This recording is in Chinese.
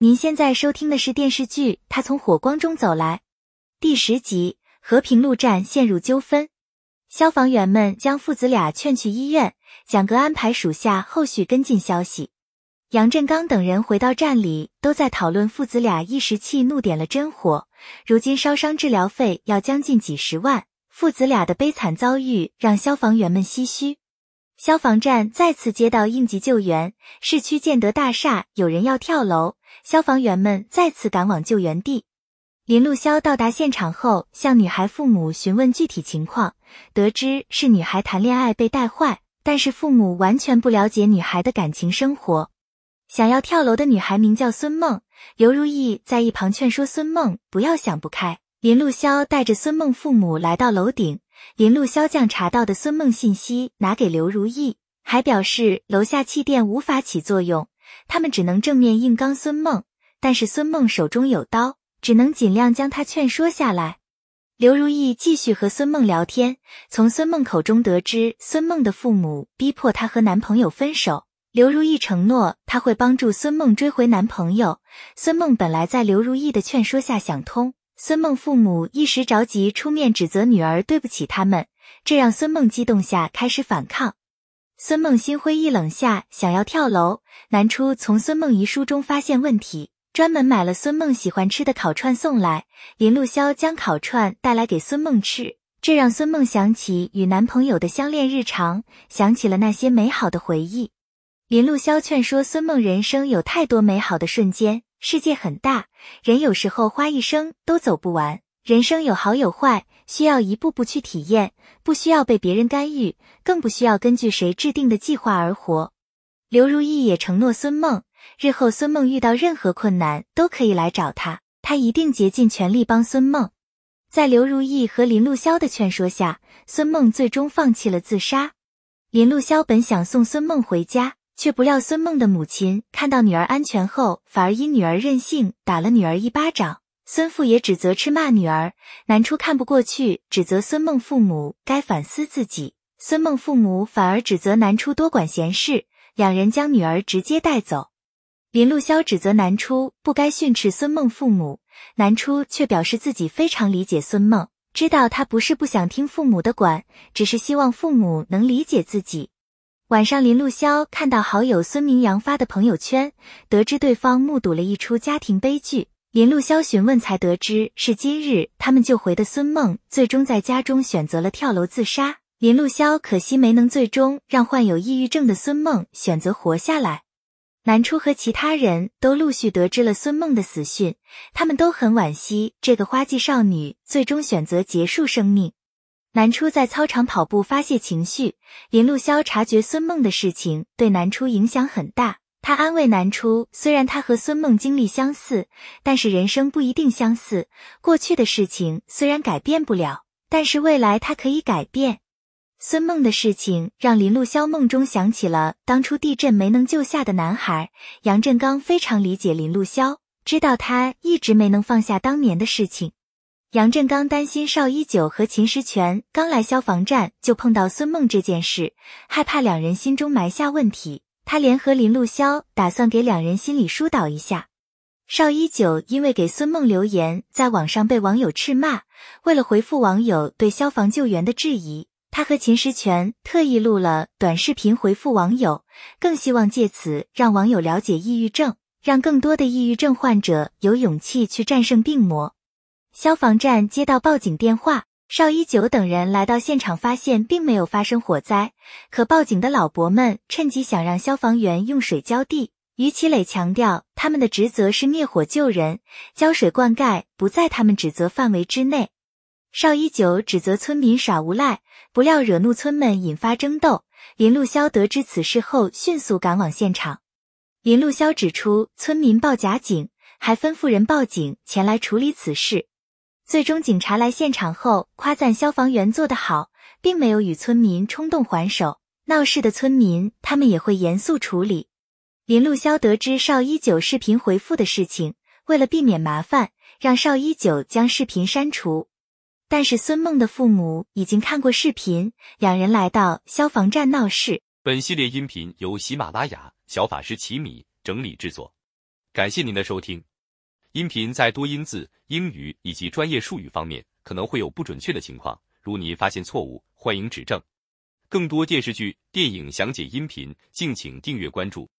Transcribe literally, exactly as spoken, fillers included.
您现在收听的是电视剧《他从火光中走来》第十集，和平路站陷入纠纷。消防员们将父子俩劝去医院，蒋格安排属下后续跟进消息。杨振刚等人回到站里，都在讨论父子俩一时气怒点了真火，如今烧伤治疗费要将近几十万，父子俩的悲惨遭遇让消防员们唏嘘。消防站再次接到应急救援，市区建德大厦有人要跳楼，消防员们再次赶往救援地。林路潇到达现场后，向女孩父母询问具体情况，得知是女孩谈恋爱被带坏，但是父母完全不了解女孩的感情生活。想要跳楼的女孩名叫孙梦，刘如意在一旁劝说孙梦不要想不开。林路潇带着孙梦父母来到楼顶，林路潇将查到的孙梦信息拿给刘如意，还表示楼下气垫无法起作用，他们只能正面硬刚孙梦，但是孙梦手中有刀，只能尽量将他劝说下来。刘如意继续和孙梦聊天，从孙梦口中得知孙梦的父母逼迫她和男朋友分手，刘如意承诺她会帮助孙梦追回男朋友。孙梦本来在刘如意的劝说下想通，孙梦父母一时着急出面指责女儿对不起他们，这让孙梦激动下开始反抗。孙梦心灰意冷下想要跳楼，南初从孙梦遗书中发现问题，专门买了孙梦喜欢吃的烤串送来，林路潇将烤串带来给孙梦吃，这让孙梦想起与男朋友的相恋日常，想起了那些美好的回忆。林路潇劝说孙梦人生有太多美好的瞬间，世界很大，人有时候花一生都走不完，人生有好有坏，需要一步步去体验，不需要被别人干预，更不需要根据谁制定的计划而活。刘如意也承诺孙梦，日后孙梦遇到任何困难都可以来找他，他一定竭尽全力帮孙梦。在刘如意和林路潇的劝说下，孙梦最终放弃了自杀。林路潇本想送孙梦回家，却不料孙梦的母亲看到女儿安全后，反而因女儿任性打了女儿一巴掌。孙父也指责斥骂女儿，南初看不过去，指责孙梦父母该反思自己，孙梦父母反而指责南初多管闲事，两人将女儿直接带走。林路潇指责南初不该训斥孙梦父母，南初却表示自己非常理解孙梦，知道他不是不想听父母的管，只是希望父母能理解自己。晚上林路潇看到好友孙明阳发的朋友圈，得知对方目睹了一出家庭悲剧，林路潇询问才得知是今日他们救回的孙梦最终在家中选择了跳楼自杀，林路潇可惜没能最终让患有抑郁症的孙梦选择活下来。南初和其他人都陆续得知了孙梦的死讯，他们都很惋惜这个花季少女最终选择结束生命。南初在操场跑步发泄情绪，林路潇察觉孙梦的事情对南初影响很大，他安慰南初，虽然他和孙梦经历相似，但是人生不一定相似，过去的事情虽然改变不了，但是未来他可以改变。孙梦的事情让林路潇梦中想起了当初地震没能救下的男孩，杨振刚非常理解林路潇，知道他一直没能放下当年的事情。杨振刚担心邵一九和秦时全刚来消防站就碰到孙梦这件事，害怕两人心中埋下问题，他联合林路潇打算给两人心理疏导一下。邵一九因为给孙梦留言，在网上被网友斥骂，为了回复网友对消防救援的质疑，他和秦时全特意录了短视频回复网友，更希望借此让网友了解抑郁症，让更多的抑郁症患者有勇气去战胜病魔。消防站接到报警电话，邵一九等人来到现场发现并没有发生火灾，可报警的老伯们趁机想让消防员用水浇地。于其磊强调他们的职责是灭火救人，浇水灌溉不在他们指责范围之内。邵一九指责村民耍无赖，不料惹怒村们引发争斗，林路潇得知此事后迅速赶往现场。林路潇指出村民报假警，还吩咐人报警前来处理此事。最终警察来现场后夸赞消防员做得好，并没有与村民冲动还手，闹事的村民他们也会严肃处理。林路潇得知邵一九视频回复的事情，为了避免麻烦，让邵一九将视频删除。但是孙梦的父母已经看过视频，两人来到消防站闹事。 本系列音频由喜马拉雅小法师奇米整理制作。 感谢您的收听。音频在多音字、英语以及专业术语方面可能会有不准确的情况，如您发现错误，欢迎指正。更多电视剧、电影详解音频，敬请订阅关注。